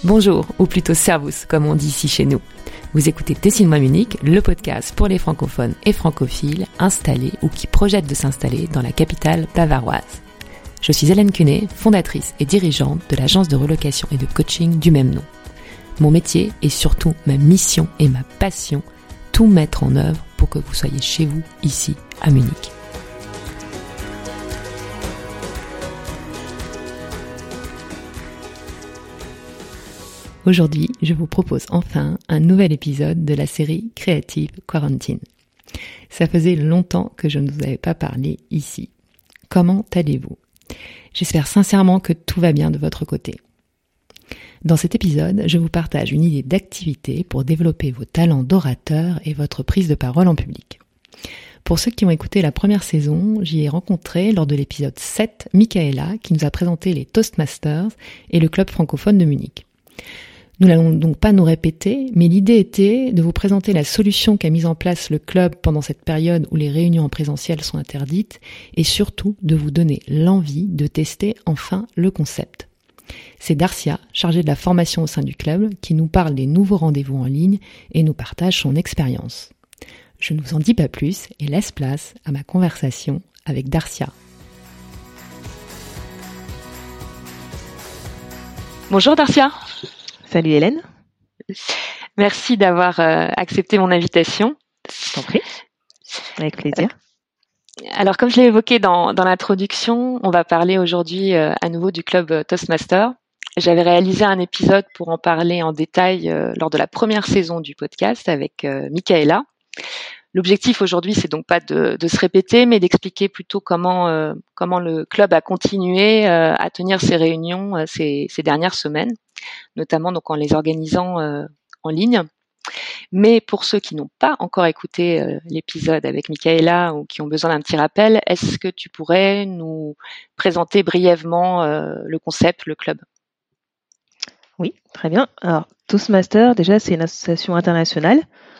Bonjour, ou plutôt servus, comme on dit ici chez nous. Vous écoutez Dessine-moi Munich, le podcast pour les francophones et francophiles installés ou qui projettent de s'installer dans la capitale bavaroise. Je suis Hélène Cunet, fondatrice et dirigeante de l'agence de relocation et de coaching du même nom. Mon métier et surtout ma mission et ma passion, tout mettre en œuvre pour que vous soyez chez vous, ici, à Munich. Aujourd'hui, je vous propose enfin un nouvel épisode de la série Creative Quarantine. Ça faisait longtemps que je ne vous avais pas parlé ici. Comment allez-vous ? J'espère sincèrement que tout va bien de votre côté. Dans cet épisode, je vous partage une idée d'activité pour développer vos talents d'orateur et votre prise de parole en public. Pour ceux qui ont écouté la première saison, j'y ai rencontré lors de l'épisode 7 Michaela qui nous a présenté les Toastmasters et le club francophone de Munich. Nous n'allons donc pas nous répéter, mais l'idée était de vous présenter la solution qu'a mise en place le club pendant cette période où les réunions en présentiel sont interdites et surtout de vous donner l'envie de tester enfin le concept. C'est Darcia, chargée de la formation au sein du club, qui nous parle des nouveaux rendez-vous en ligne et nous partage son expérience. Je ne vous en dis pas plus et laisse place à ma conversation avec Darcia. Bonjour Darcia. Salut Hélène. Merci d'avoir accepté mon invitation. Je t'en prie. Avec plaisir. Alors, comme je l'ai évoqué dans l'introduction, on va parler aujourd'hui à nouveau du club Toastmaster. J'avais réalisé un épisode pour en parler en détail lors de la première saison du podcast avec Michaela. L'objectif aujourd'hui, c'est donc pas de se répéter, mais d'expliquer plutôt comment le club a continué à tenir ses réunions ces dernières semaines, notamment donc en les organisant en ligne. Mais pour ceux qui n'ont pas encore écouté l'épisode avec Michaela ou qui ont besoin d'un petit rappel, est-ce que tu pourrais nous présenter brièvement le concept, le club ? Oui, très bien. Alors, Toastmaster, déjà, c'est une association internationale.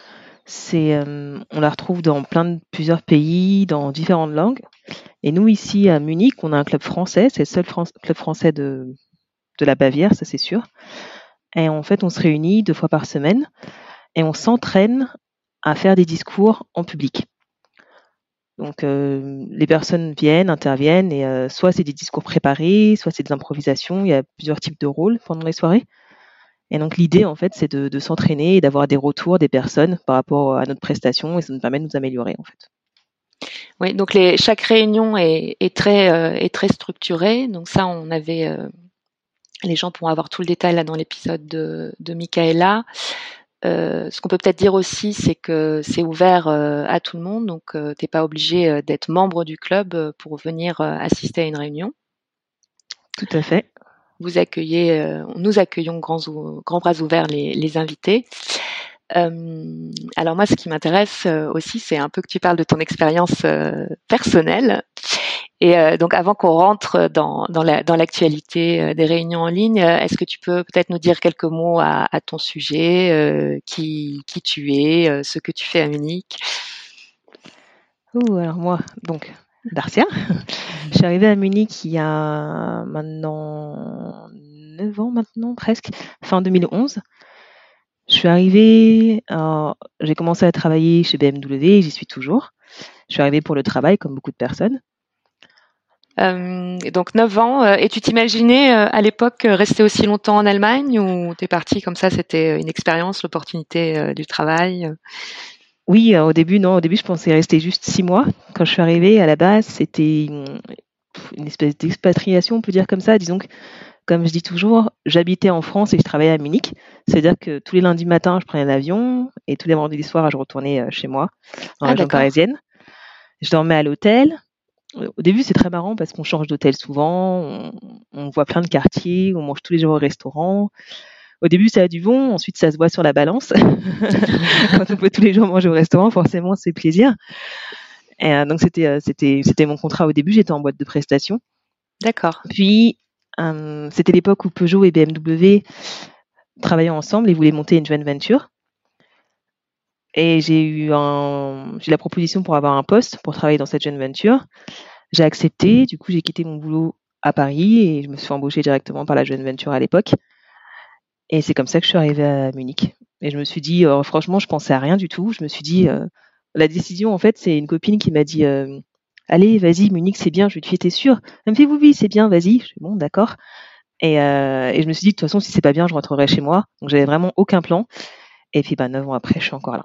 On la retrouve dans plusieurs pays, dans différentes langues. Et nous, ici, à Munich, on a un club français. C'est le seul club français de la Bavière, ça c'est sûr. Et en fait, on se réunit 2 fois par semaine et on s'entraîne à faire des discours en public. Donc, les personnes interviennent et soit c'est des discours préparés, soit c'est des improvisations. Il y a plusieurs types de rôles pendant les soirées. Et donc, l'idée, en fait, c'est de s'entraîner et d'avoir des retours des personnes par rapport à notre prestation et ça nous permet de nous améliorer, en fait. Oui, donc chaque réunion est très structurée. Donc ça, on avait les gens pourront avoir tout le détail là dans l'épisode de Michaela. Ce qu'on peut peut-être dire aussi, c'est que c'est ouvert à tout le monde, donc t'es pas obligé d'être membre du club pour venir assister à une réunion. Tout à fait. Nous accueillons grands bras ouverts les invités. Alors moi, ce qui m'intéresse aussi, c'est un peu que tu parles de ton expérience personnelle. Et donc, avant qu'on rentre dans l'actualité des réunions en ligne, est-ce que tu peux peut-être nous dire quelques mots à ton sujet, qui tu es, ce que tu fais à Munich ? Alors moi, donc, Darcia. Je suis arrivée à Munich il y a maintenant 9 ans, presque, fin 2011. Je suis arrivée, j'ai commencé à travailler chez BMW, j'y suis toujours. Je suis arrivée pour le travail, comme beaucoup de personnes. Donc 9 ans, et tu t'imaginais à l'époque rester aussi longtemps en Allemagne ou t'es partie comme ça, c'était une expérience, l'opportunité du travail ? Oui, au début je pensais rester juste 6 mois. Quand je suis arrivée, à la base, c'était une espèce d'expatriation, on peut dire comme ça. Disons que, comme je dis toujours, j'habitais en France et je travaillais à Munich. C'est-à-dire que tous les lundis matins, je prenais l'avion et tous les vendredis soirs, je retournais chez moi, dans la région parisienne. Je dormais à l'hôtel. Au début, c'est très marrant parce qu'on change d'hôtel souvent, on voit plein de quartiers, on mange tous les jours au restaurant. Au début, ça a du bon, ensuite, ça se voit sur la balance. Quand on peut tous les jours manger au restaurant, forcément, c'est plaisir. Et donc, c'était mon contrat au début, j'étais en boîte de prestation. D'accord. Puis, c'était l'époque où Peugeot et BMW travaillaient ensemble et voulaient monter une joint venture. Et j'ai eu la proposition pour avoir un poste pour travailler dans cette joint venture. J'ai accepté, du coup j'ai quitté mon boulot à Paris et je me suis fait embaucher directement par la joint venture à l'époque. Et c'est comme ça que je suis arrivée à Munich. Et je me suis dit, franchement, je pensais à rien du tout. Je me suis dit, la décision, en fait, c'est une copine qui m'a dit, allez, vas-y, Munich, c'est bien. Je lui ai dit, t'es sûre? Elle me fait, oui, oui, c'est bien, vas-y. Je dis, bon, d'accord. Et je me suis dit, de toute façon, si c'est pas bien, je rentrerai chez moi. Donc, j'avais vraiment aucun plan. Et puis, 9 ans après, je suis encore là.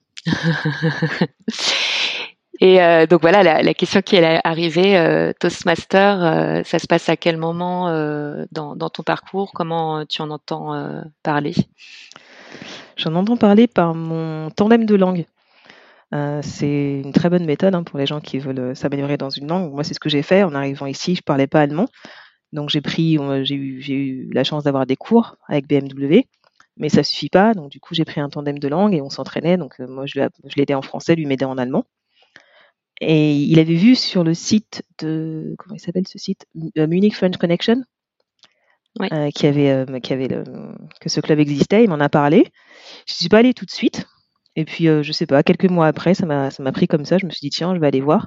Et donc voilà, la question qui est arrivée, Toastmaster, ça se passe à quel moment dans ton parcours? Comment tu en entends parler? J'en entends parler par mon tandem de langue. C'est une très bonne méthode pour les gens qui veulent s'améliorer dans une langue. Moi, c'est ce que j'ai fait. En arrivant ici, je parlais pas allemand. Donc, j'ai eu la chance d'avoir des cours avec BMW. Mais ça suffit pas. Donc, du coup, j'ai pris un tandem de langue et on s'entraînait. Donc, moi, je l'aidais en français, lui m'aidait en allemand. Et il avait vu sur le site de, comment il s'appelle ce site? Munich French Connection, Oui. que ce club existait. Il m'en a parlé. Je suis pas allée tout de suite. Et puis, je sais pas, quelques mois après, ça m'a pris comme ça. Je me suis dit, tiens, je vais aller voir.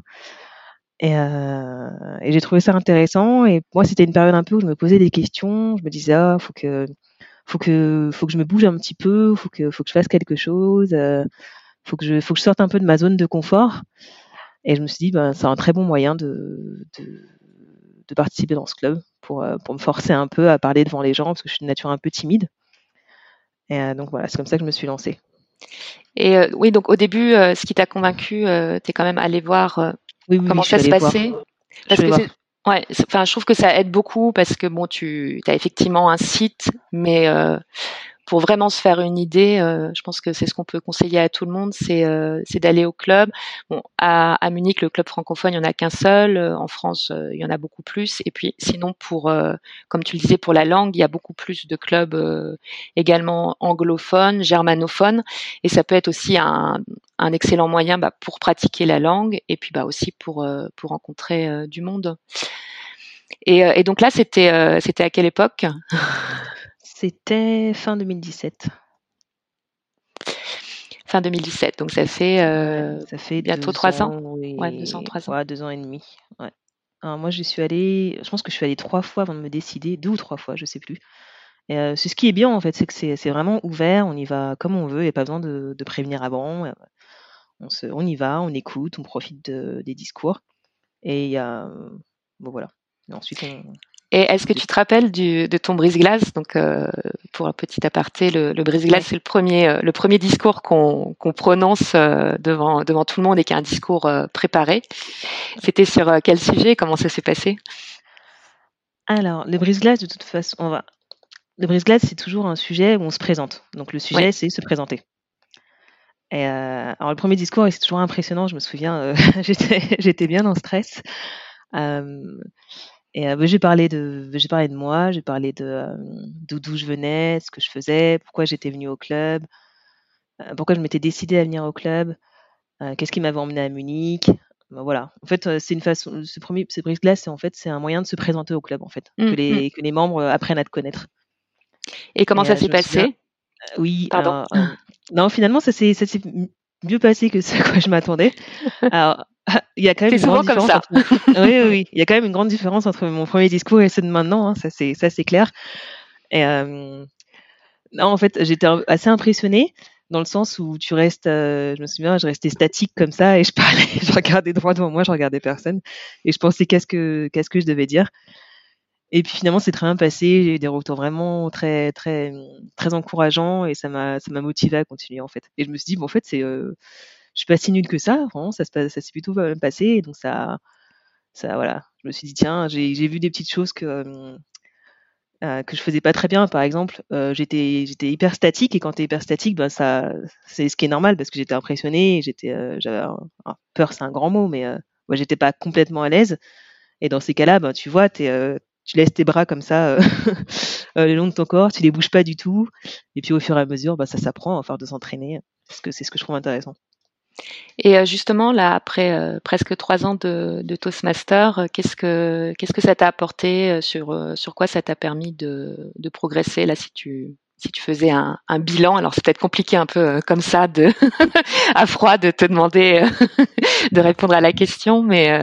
Et j'ai trouvé ça intéressant. Et moi, c'était une période un peu où je me posais des questions. Je me disais, ah, faut que je me bouge un petit peu, faut que je fasse quelque chose, faut que je sorte un peu de ma zone de confort. Et je me suis dit, ben, c'est un très bon moyen de participer dans ce club pour me forcer un peu à parler devant les gens parce que je suis de nature un peu timide. Donc voilà, c'est comme ça que je me suis lancée. Et oui, donc au début, ce qui t'a convaincu, t'es quand même allé voir Oui, oui, oui, comment je suis ça se allée voir. passait? Je suis Parce allée que voir. ouais, enfin, je trouve que ça aide beaucoup parce que bon, tu as effectivement un site, mais pour vraiment se faire une idée, je pense que c'est ce qu'on peut conseiller à tout le monde, c'est d'aller au club. Bon, à Munich, le club francophone, il y en a qu'un seul. En France, il y en a beaucoup plus. Et puis, sinon, comme tu le disais, pour la langue, il y a beaucoup plus de clubs également anglophones, germanophones, et ça peut être aussi un excellent moyen pour pratiquer la langue et puis aussi pour rencontrer du monde. Et donc là, c'était à quelle époque? C'était fin 2017. Fin 2017, donc ça fait Ouais, ça fait bientôt 2 3 ans. ans Ouais, 2 ans, et 3 ans. ouais, 2 ans et demi. Ouais. Alors moi, j'y suis allée, je pense que je suis allée 3 fois avant de me décider, 2 ou 3 fois, je sais plus. Et c'est ce qui est bien en fait, c'est que c'est vraiment ouvert, on y va comme on veut, il y a pas besoin de prévenir avant. On y va, on écoute, on profite des discours et il y a, bon voilà. Et ensuite on Et est-ce que tu te rappelles de ton brise-glace? Donc, pour un petit aparté, le brise-glace, ouais. c'est le premier discours qu'on prononce devant tout le monde et qui est un discours préparé. C'était sur quel sujet? Comment ça s'est passé? Alors, le brise-glace de toute façon, le brise-glace, c'est toujours un sujet où on se présente. Donc le Oui. sujet, c'est se présenter. Alors le premier discours, c'est toujours impressionnant. Je me souviens, j'étais bien en stress. Hem j'ai parlé de moi, j'ai parlé d'où je venais, ce que je faisais, pourquoi j'étais venue au club, pourquoi je m'étais décidée à venir au club, qu'est-ce qui m'avait emmenée à Munich. Bah, voilà. En fait, c'est une façon ce brise-glace, c'est un moyen de se présenter au club, en fait, Mmh, mmh. que les membres apprennent à te connaître. Et comment ça s'est Je me souviens, passé? oui, Pardon. non, finalement, ça s'est mieux passé que ce à quoi je m'attendais. Alors, il y a quand même C'est une grande souvent comme différence ça. entre oui, oui, oui, il y a quand même une grande différence entre mon premier discours et ceux de maintenant, ça c'est clair. Et non, en fait, j'étais assez impressionnée dans le sens où tu restes, je me souviens, je restais statique comme ça et je parlais, je regardais droit devant moi, je regardais personne et je pensais qu'est-ce que je devais dire. Et puis finalement, c'est très bien passé. J'ai eu des retours vraiment très, très, très encourageants et ça m'a motivé à continuer en fait. Et je me suis dit, bon, en fait, je suis pas si nulle que ça. Vraiment, ça s'est plutôt bien passé. Et donc voilà. Je me suis dit, tiens, j'ai vu des petites choses que je faisais pas très bien. Par exemple, j'étais hyper statique et quand t'es hyper statique, ben c'est ce qui est normal parce que j'étais impressionnée. J'avais peur, c'est un grand mot, mais moi, j'étais pas complètement à l'aise. Et dans ces cas-là, ben, tu vois, tu laisses tes bras comme ça le long de ton corps, tu les bouges pas du tout. Et puis au fur et à mesure, ben, ça s'apprend à force de s'entraîner. C'est ce que je trouve intéressant. Et justement, là, après presque 3 ans de Toastmaster, qu'est-ce que ça t'a apporté? Sur quoi ça t'a permis de progresser? Là, si tu faisais un bilan, alors c'est peut-être compliqué un peu comme ça à froid de te demander de répondre à la question, mais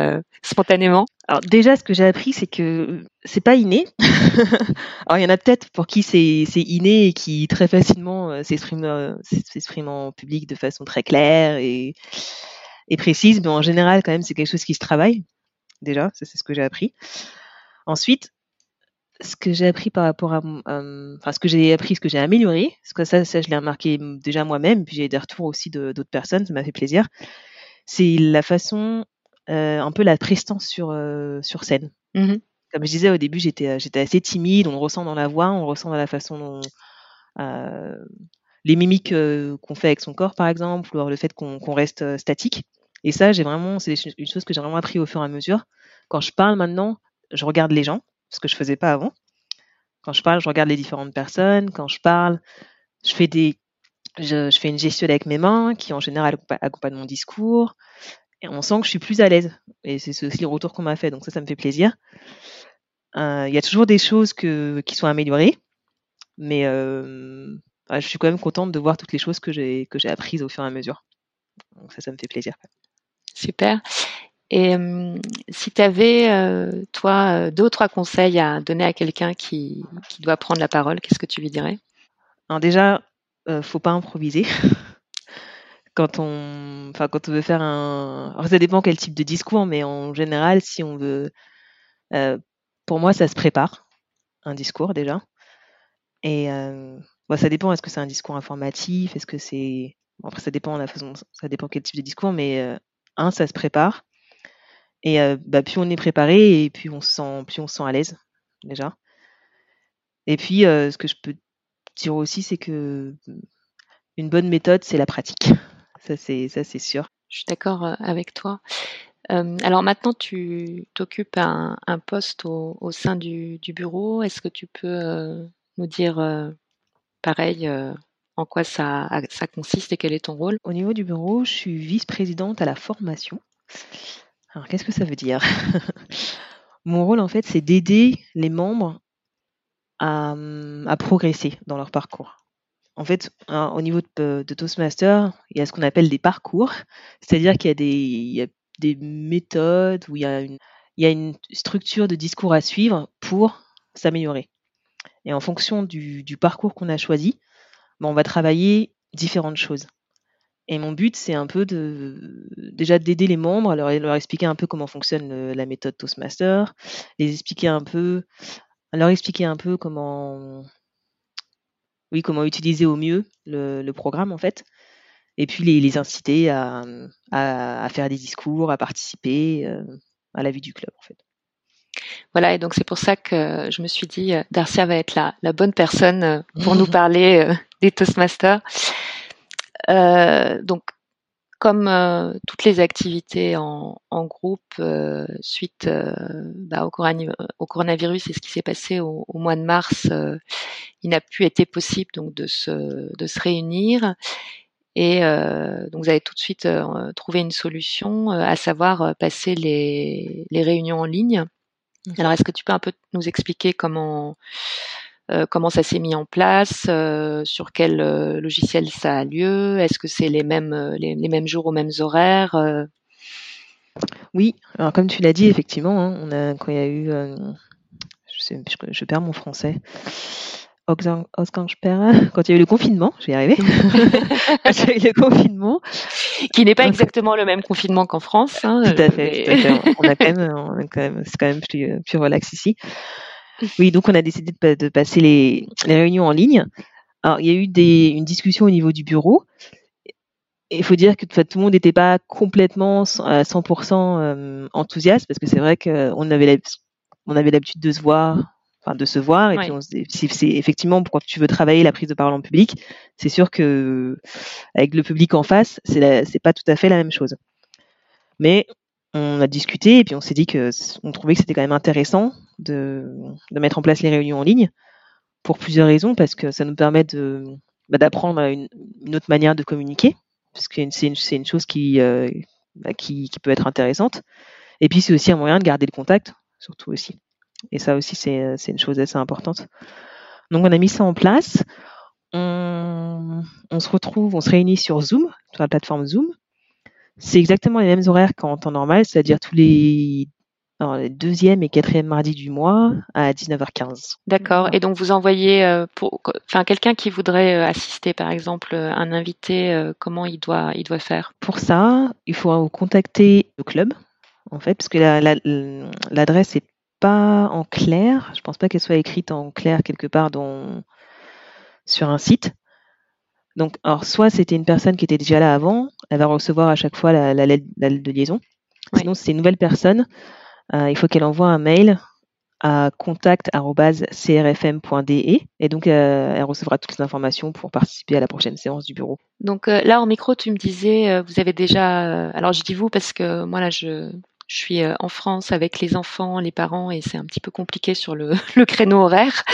spontanément? Alors déjà, ce que j'ai appris, c'est que c'est pas inné. Alors il y en a peut-être pour qui c'est inné et qui très facilement s'expriment en public de façon très claire et précise, mais en général, quand même, c'est quelque chose qui se travaille. Déjà, ça c'est ce que j'ai appris. Ensuite, ce que j'ai appris par rapport ce que j'ai appris, ce que j'ai amélioré, parce que ça je l'ai remarqué déjà moi-même, puis j'ai des retours aussi d'autres personnes, ça m'a fait plaisir. C'est la façon, un peu la prestance sur scène. Mmh. Comme je disais au début, j'étais assez timide, on le ressent dans la voix, on le ressent dans la façon dont euh, les mimiques qu'on fait avec son corps, par exemple, ou alors le fait qu'on reste statique. Et ça, c'est une chose que j'ai vraiment appris au fur et à mesure. Quand je parle maintenant, je regarde les gens, ce que je faisais pas avant. Quand je parle, je regarde les différentes personnes. Quand je parle, je fais je fais une gestuelle avec mes mains qui en général accompagne mon discours. Et on sent que je suis plus à l'aise. Et c'est aussi le retour qu'on m'a fait. Donc ça me fait plaisir. Il y a toujours des choses qui sont améliorées, mais je suis quand même contente de voir toutes les choses que j'ai apprises au fur et à mesure. Donc ça me fait plaisir. Super. Et si tu avais, toi, 2 ou 3 conseils à donner à quelqu'un qui doit prendre la parole, qu'est-ce que tu lui dirais? Alors déjà, faut pas improviser quand on veut faire alors ça dépend quel type de discours, mais en général, si on veut, pour moi, ça se prépare un discours déjà. Et ça dépend. Est-ce que c'est un discours informatif? Est-ce que c'est après ça dépend quel type de discours, mais ça se prépare. Et plus on est préparé et plus on se sent à l'aise déjà. Et puis ce que je peux dire aussi, c'est que une bonne méthode, c'est la pratique. Ça c'est sûr. Je suis d'accord, avec toi. Alors maintenant tu t'occupes un poste au sein du bureau. Est-ce que tu peux, nous dire, pareil, en quoi ça consiste et quel est ton rôle? Au niveau du bureau, je suis vice-présidente à la formation. Alors qu'est-ce que ça veut dire? Mon rôle en fait, c'est d'aider les membres à progresser dans leur parcours. En fait, au niveau de Toastmaster, il y a ce qu'on appelle des parcours, c'est-à-dire il y a des méthodes où il y a une structure de discours à suivre pour s'améliorer. Et en fonction du parcours qu'on a choisi, on va travailler différentes choses. Et mon but, c'est un peu déjà d'aider les membres, à leur expliquer un peu comment fonctionne la méthode Toastmaster, leur expliquer un peu comment utiliser au mieux le programme en fait, et puis les inciter à faire des discours, à participer à la vie du club en fait. Voilà, et donc c'est pour ça que je me suis dit, Darcia va être la bonne personne pour nous parler des Toastmasters. Donc, comme toutes les activités en groupe suite au coronavirus et ce qui s'est passé au mois de mars, il n'a plus été possible donc de se réunir. Et donc vous avez tout de suite trouvé une solution, à savoir passer les réunions en ligne. Alors, est-ce que tu peux un peu nous expliquer comment ça s'est mis en place, sur quel logiciel ça a lieu? Est-ce que c'est les mêmes jours aux mêmes horaires? Oui, alors comme tu l'as dit, effectivement, quand il y a eu, je perds mon français. Ausgangssperre, quand il y a eu le confinement, je vais y arriver. Quand il y a eu le confinement, qui n'est pas exactement le même confinement qu'en France. Hein, tout à fait. C'est quand même plus relax ici. Oui, donc on a décidé de passer les réunions en ligne. Alors il y a eu une discussion au niveau du bureau. Il faut dire que tout le monde n'était pas complètement à 100% enthousiaste, parce que c'est vrai qu'on avait l'habitude de se voir, et ouais. puis c'est effectivement, quand tu veux travailler la prise de parole en public, c'est sûr que avec le public en face, c'est pas tout à fait la même chose. Mais on a discuté et puis on s'est dit on trouvait que c'était quand même intéressant de mettre en place les réunions en ligne pour plusieurs raisons, parce que ça nous permet d'apprendre une autre manière de communiquer, parce que c'est une chose qui peut être intéressante. Et puis c'est aussi un moyen de garder le contact, surtout aussi. Et ça aussi, c'est une chose assez importante. Donc on a mis ça en place. On se réunit sur Zoom, sur la plateforme Zoom. C'est exactement les mêmes horaires qu'en temps normal, c'est-à-dire tous les deuxième et quatrième mardi du mois à 19h15. D'accord. Et donc vous envoyez quelqu'un qui voudrait assister, par exemple, un invité, comment il doit faire? Pour ça, il faut contacter le club, en fait, parce que l'adresse est pas en clair. Je pense pas qu'elle soit écrite en clair quelque part sur un site. Donc, alors, soit c'était une personne qui était déjà là avant, elle va recevoir à chaque fois la lettre de liaison. Oui. Sinon, si c'est une nouvelle personne, il faut qu'elle envoie un mail à contact@crfm.de et donc elle recevra toutes les informations pour participer à la prochaine séance du bureau. Donc là, en micro, tu me disais, vous avez déjà. Alors je dis vous parce que moi là, je suis en France avec les enfants, les parents, et c'est un petit peu compliqué sur le, le créneau horaire.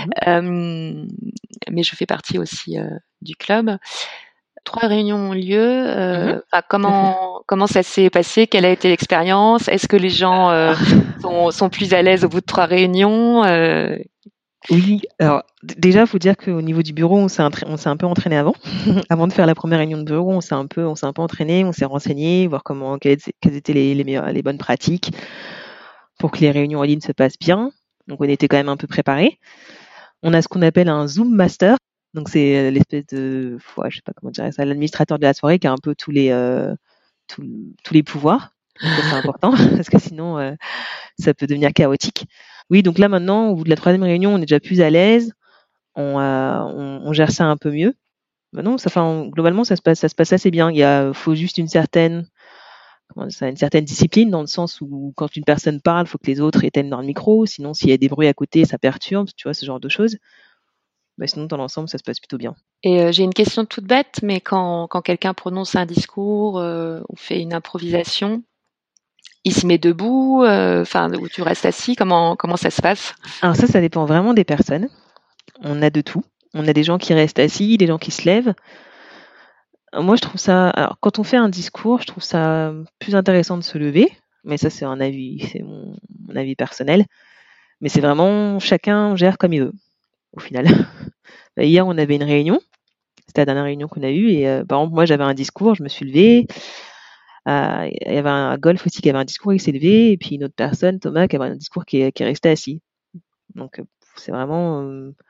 Mais je fais partie aussi du club. 3 réunions ont lieu. Comment ça s'est passé? Quelle a été l'expérience? Est-ce que les gens sont plus à l'aise au bout de 3 réunions? Oui, alors déjà, il faut dire qu'au niveau du bureau, on s'est un peu entraîné avant. Avant de faire la première réunion de bureau, on s'est un peu entraîné, on s'est renseigné, voir quelles étaient les bonnes pratiques pour que les réunions en ligne se passent bien. Donc, on était quand même un peu préparés. On a ce qu'on appelle un Zoom Master. Donc, c'est l'espèce de, je sais pas comment dire ça, l'administrateur de la soirée qui a un peu tous les pouvoirs. Donc, ça, c'est important parce que sinon, ça peut devenir chaotique. Oui, donc là maintenant, au bout de la troisième réunion, on est déjà plus à l'aise, on gère ça un peu mieux. Maintenant, globalement, ça se passe assez bien. Faut juste une certaine discipline dans le sens où quand une personne parle, il faut que les autres éteignent dans le micro. Sinon, s'il y a des bruits à côté, ça perturbe, tu vois, ce genre de choses. Mais sinon, dans l'ensemble, ça se passe plutôt bien. Et j'ai une question toute bête, mais quand quelqu'un prononce un discours ou fait une improvisation, il se met debout, ou tu restes assis, comment ça se passe? Alors ça dépend vraiment des personnes. On a de tout. On a des gens qui restent assis, des gens qui se lèvent. Moi, je trouve ça. Alors, quand on fait un discours, je trouve ça plus intéressant de se lever. Mais ça, c'est mon avis personnel. Mais c'est vraiment chacun gère comme il veut, au final. Hier, on avait une réunion. C'était la dernière réunion qu'on a eue. Et par exemple, moi, j'avais un discours, je me suis levée. Il y avait un golf aussi qui avait un discours, il s'est levé. Et puis une autre personne, Thomas, qui avait un discours qui est resté assis. Donc, c'est vraiment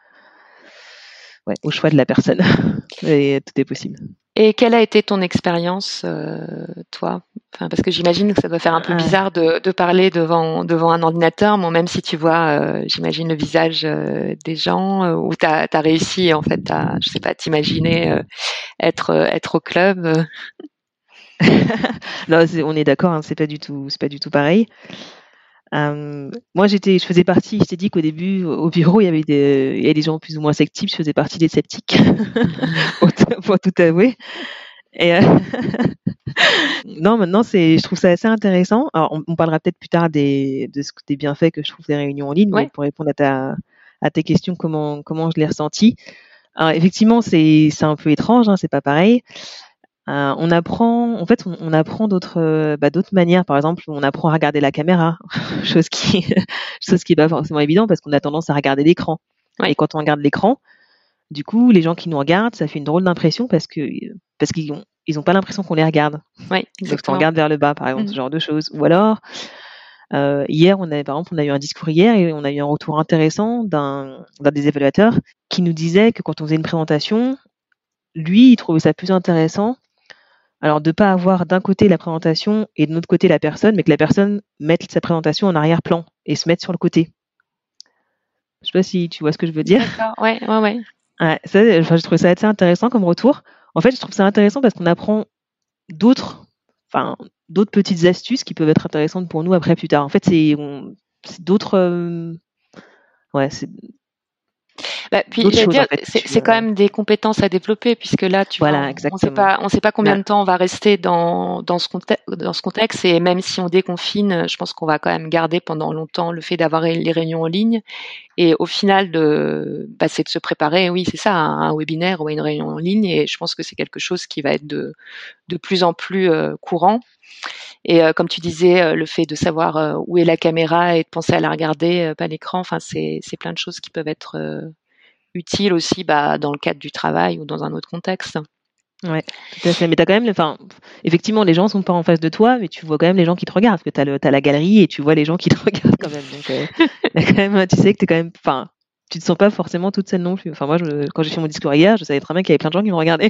au choix de la personne. Et tout est possible. Et quelle a été ton expérience, toi? Parce que j'imagine que ça doit faire un peu bizarre de parler devant un ordinateur, bon, même si tu vois, j'imagine le visage des gens, ou t'as réussi en fait à, je sais pas, t'imaginer être au club. Non, on est d'accord, hein, c'est pas du tout pareil. Moi, je faisais partie. Je t'ai dit qu'au début, au bureau, il y avait des gens plus ou moins sceptiques. Je faisais partie des sceptiques, pour tout avouer. Et non, maintenant, je trouve ça assez intéressant. Alors, on parlera peut-être plus tard des bienfaits que je trouve des réunions en ligne, mais pour répondre à tes questions, comment je l'ai ressenti. Alors, effectivement, c'est un peu étrange, hein, c'est pas pareil. On apprend d'autres manières. Par exemple, on apprend à regarder la caméra, chose qui est pas forcément évident parce qu'on a tendance à regarder l'écran. Et quand on regarde l'écran, du coup, les gens qui nous regardent, ça fait une drôle d'impression parce qu'ils ont pas l'impression qu'on les regarde. Oui, exactement. Donc, on regarde vers le bas, par exemple, ce genre de choses. Ou alors, hier, on a eu un discours hier et on a eu un retour intéressant d'un des évaluateurs qui nous disait que quand on faisait une présentation, lui, il trouvait ça plus intéressant. Alors, de pas avoir d'un côté la présentation et de l'autre côté la personne, mais que la personne mette sa présentation en arrière-plan et se mette sur le côté. Je sais pas si tu vois ce que je veux dire. D'accord, ouais. Je trouve ça assez intéressant comme retour. En fait, je trouve ça intéressant parce qu'on apprend d'autres petites astuces qui peuvent être intéressantes pour nous après plus tard. En fait, c'est d'autres. Puis j'allais dire, c'est quand même des compétences à développer puisque là, tu vois, on sait pas combien de temps on va rester dans ce contexte, et même si on déconfine, je pense qu'on va quand même garder pendant longtemps le fait d'avoir les réunions en ligne, et au final c'est de se préparer, oui, c'est ça, à un webinaire ou à une réunion en ligne, et je pense que c'est quelque chose qui va être de plus en plus courant. Et comme tu disais, le fait de savoir où est la caméra et de penser à la regarder, pas l'écran, c'est plein de choses qui peuvent être utile aussi dans le cadre du travail ou dans un autre contexte. Ouais, tout à fait. Mais t'as quand même, enfin, effectivement, les gens sont pas en face de toi, mais tu vois quand même les gens qui te regardent, parce que t'as la galerie et tu vois les gens qui te regardent quand même. Donc, y a quand même, tu sais que t'es quand même, enfin, tu te sens pas forcément toute seule non plus. Enfin, moi, quand j'ai fait mon discours hier, je savais très bien qu'il y avait plein de gens qui me regardaient.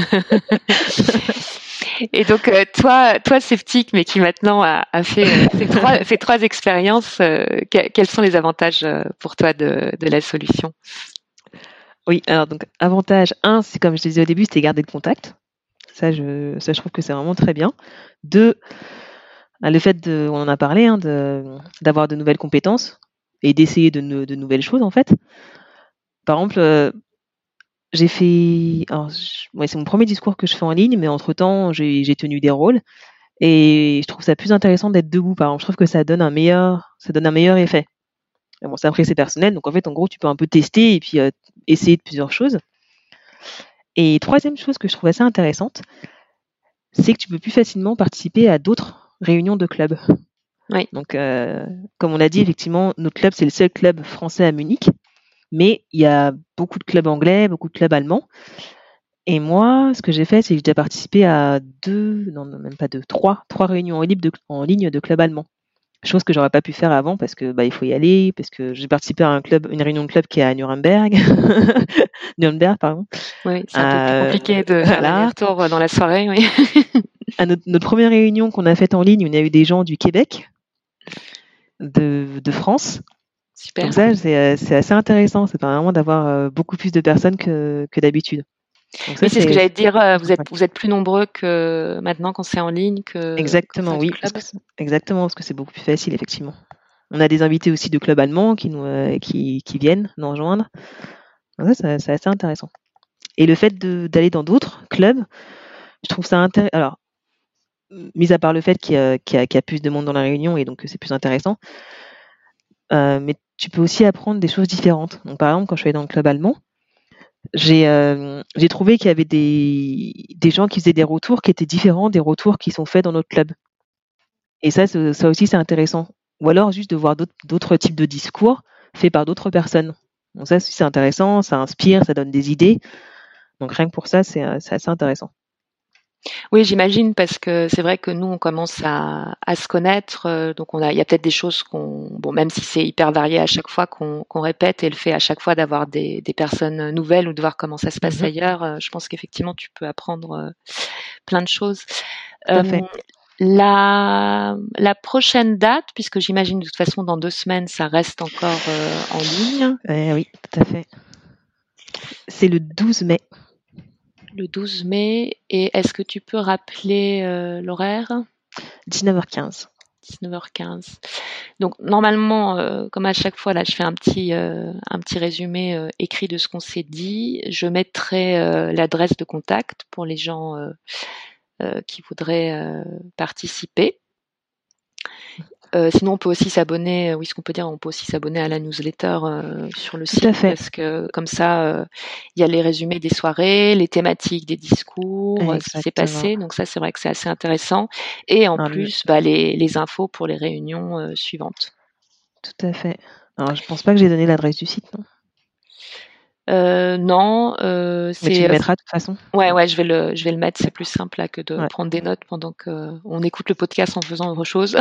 Et donc, toi, sceptique, mais qui maintenant a fait ces trois expériences, quels sont les avantages pour toi de la solution? Oui, alors donc avantage un, c'est comme je te disais au début, c'était garder le contact. Ça, je trouve que c'est vraiment très bien. Deux, le fait on en a parlé, hein, d'avoir de nouvelles compétences et d'essayer de nouvelles choses en fait. Par exemple, j'ai fait, alors, ouais, c'est mon premier discours que je fais en ligne, mais entre temps, j'ai tenu des rôles et je trouve ça plus intéressant d'être debout. Par exemple, je trouve que ça donne un meilleur effet. Et bon, ça après c'est personnel, donc en fait, en gros, tu peux un peu tester et puis essayer de plusieurs choses. Et troisième chose que je trouve assez intéressante, c'est que tu peux plus facilement participer à d'autres réunions de clubs. Oui. Donc, comme on l'a dit, effectivement, notre club, c'est le seul club français à Munich, mais il y a beaucoup de clubs anglais, beaucoup de clubs allemands. Et moi, ce que j'ai fait, c'est que j'ai participé à même pas deux, trois réunions en ligne de clubs allemands. Chose que j'aurais pas pu faire avant parce que il faut y aller, parce que j'ai participé à une réunion de club qui est à Nuremberg, Nuremberg, pardon. Oui, c'est un peu plus compliqué de faire Voilà. l'aller-retour dans la soirée, oui. À notre première réunion qu'on a faite en ligne, il y a eu des gens du Québec, de France. Super. Donc ça, c'est assez intéressant. C'est vraiment d'avoir beaucoup plus de personnes que d'habitude. Donc ça, Oui, c'est ce que j'allais te dire. Vous êtes plus nombreux que maintenant quand c'est en ligne que exactement, quand c'est oui, du club. exactement, parce que c'est beaucoup plus facile, effectivement. On a des invités aussi de clubs allemands qui viennent nous rejoindre. Donc ça, c'est assez intéressant. Et le fait d'aller dans d'autres clubs, je trouve ça intéressant. Alors, mis à part le fait qu'il y a plus de monde dans la réunion et donc que c'est plus intéressant, mais tu peux aussi apprendre des choses différentes. Donc, par exemple, quand je suis allée dans le club allemand, j'ai trouvé qu'il y avait des gens qui faisaient des retours qui étaient différents des retours qui sont faits dans notre club. Et ça aussi, c'est intéressant. Ou alors juste de voir d'autres types de discours faits par d'autres personnes. Donc ça aussi, c'est intéressant, ça inspire, ça donne des idées. Donc rien que pour ça, c'est assez intéressant. Oui, j'imagine parce que c'est vrai que nous on commence à se connaître, donc il y a peut-être des choses même si c'est hyper varié à chaque fois qu'on répète et le fait à chaque fois d'avoir des personnes nouvelles ou de voir comment ça se passe ailleurs, je pense qu'effectivement tu peux apprendre plein de choses. Tout à fait. La prochaine date, puisque j'imagine de toute façon dans 2 semaines ça reste encore en ligne. Oui, tout à fait. C'est le 12 mai. Le 12 mai. Et est-ce que tu peux rappeler l'horaire? 19h15. 19h15. Donc normalement, comme à chaque fois, là, je fais un petit résumé écrit de ce qu'on s'est dit. Je mettrai l'adresse de contact pour les gens qui voudraient participer. Sinon, on peut aussi s'abonner. Oui, ce qu'on peut dire, on peut aussi s'abonner à la newsletter sur le Tout à site fait. parce que comme ça, il y a les résumés des soirées, les thématiques des discours, ce qui s'est passé. Donc ça, c'est vrai que c'est assez intéressant. Et en plus, les infos pour les réunions suivantes. Tout à fait. Alors, je pense pas que j'ai donné l'adresse du site, non? Non, Mais c'est. tu le mettras de toute façon. Ouais, je vais le mettre. C'est plus simple là que de Ouais. prendre des notes pendant que on écoute le podcast en faisant autre chose.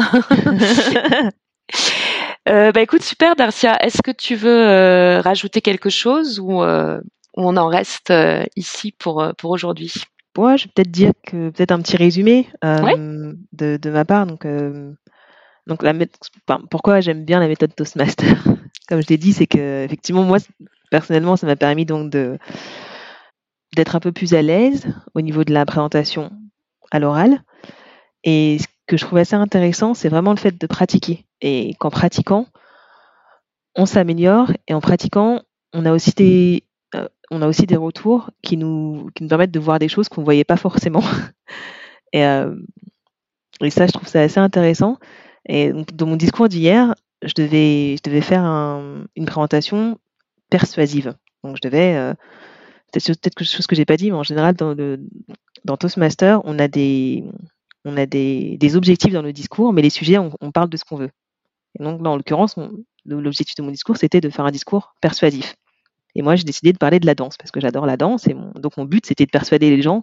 Écoute, super Darcia. Est-ce que tu veux rajouter quelque chose ou on en reste ici pour aujourd'hui? Ouais, je vais peut-être dire que peut-être un petit résumé Ouais. de ma part. Donc pourquoi j'aime bien la méthode Toastmaster, comme je l'ai dit, c'est que effectivement moi personnellement ça m'a permis donc d'être un peu plus à l'aise au niveau de la présentation à l'oral. Et ce que je trouve assez intéressant, c'est vraiment le fait de pratiquer. Et qu'en pratiquant, on s'améliore et en pratiquant, on a aussi des retours qui nous permettent de voir des choses qu'on ne voyait pas forcément. Et, et ça, je trouve ça assez intéressant. Et donc, dans mon discours d'hier, je devais faire une présentation persuasive. Donc, je devais, peut-être quelque chose que j'ai pas dit, mais en général, dans Toastmaster, on a des objectifs dans le discours, mais les sujets, on parle de ce qu'on veut. Et donc, là, en l'occurrence, l'objectif de mon discours, c'était de faire un discours persuasif. Et moi, j'ai décidé de parler de la danse parce que j'adore la danse. Et donc, mon but, c'était de persuader les gens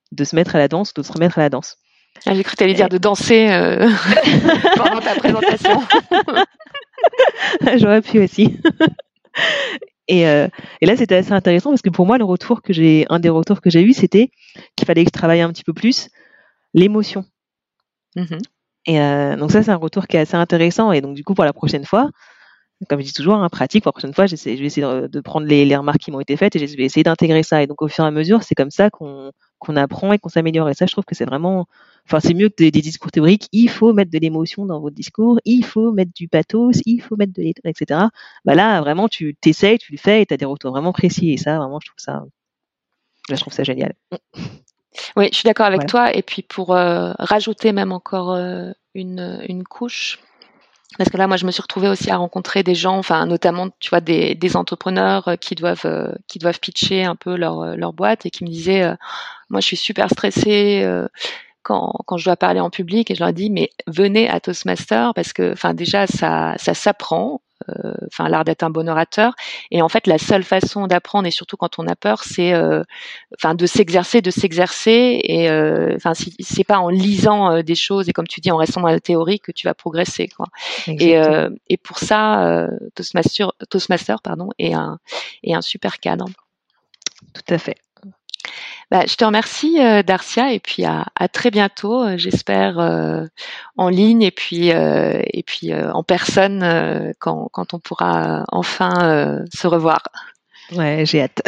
de se mettre à la danse, de se remettre à la danse. Ah, j'ai cru que tu allais dire de danser pendant ta présentation. J'aurais pu aussi. Et là, c'était assez intéressant parce que pour moi, un des retours que j'ai eu, c'était qu'il fallait que je travaille un petit peu plus l'émotion. Et donc ça, c'est un retour qui est assez intéressant. Et donc du coup, pour la prochaine fois, comme je dis toujours, pratique, pour la prochaine fois, je vais essayer de prendre les remarques qui m'ont été faites et je vais essayer d'intégrer ça. Et donc au fur et à mesure, c'est comme ça qu'on apprend et qu'on s'améliore. Et ça, je trouve que c'est vraiment... Enfin, c'est mieux que des discours théoriques. Il faut mettre de l'émotion dans votre discours, il faut mettre du pathos, il faut mettre de l'état, etc. Bah là, vraiment, tu t'essayes, tu le fais et tu as des retours vraiment précis. Et ça, vraiment, je trouve ça génial. Oui, je suis d'accord avec toi. Et puis pour rajouter même encore une couche, parce que là, moi, je me suis retrouvée aussi à rencontrer des gens, enfin, notamment, tu vois, des entrepreneurs qui doivent pitcher un peu leur boîte et qui me disaient, moi, je suis super stressée quand je dois parler en public, et je leur dis, mais venez à Toastmaster parce que, enfin, déjà, ça s'apprend. Enfin, l'art d'être un bon orateur. Et en fait, la seule façon d'apprendre, et surtout quand on a peur, c'est, enfin, de s'exercer. Et enfin, c'est pas en lisant des choses et comme tu dis, en restant dans la théorie que tu vas progresser, quoi. Et pour ça, Toastmaster, est un super cadre. Tout à fait. Bah, je te remercie, Darcia, et puis à très bientôt, j'espère, en ligne et puis en personne, quand on pourra enfin se revoir. Ouais, j'ai hâte.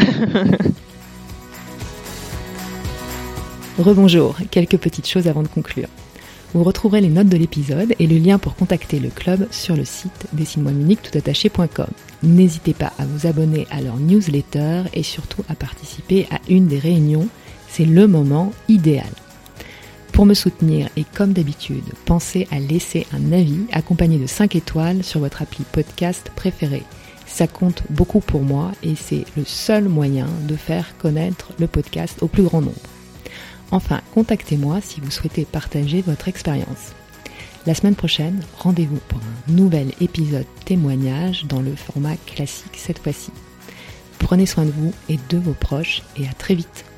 Rebonjour, quelques petites choses avant de conclure. Vous retrouverez les notes de l'épisode et le lien pour contacter le club sur le site dessine-moi-monique-toutattaché.com. N'hésitez pas à vous abonner à leur newsletter et surtout à participer à une des réunions. C'est le moment idéal. Pour me soutenir et comme d'habitude, pensez à laisser un avis accompagné de 5 étoiles sur votre appli podcast préféré. Ça compte beaucoup pour moi et c'est le seul moyen de faire connaître le podcast au plus grand nombre. Enfin, contactez-moi si vous souhaitez partager votre expérience. La semaine prochaine, rendez-vous pour un nouvel épisode témoignage dans le format classique cette fois-ci. Prenez soin de vous et de vos proches et à très vite.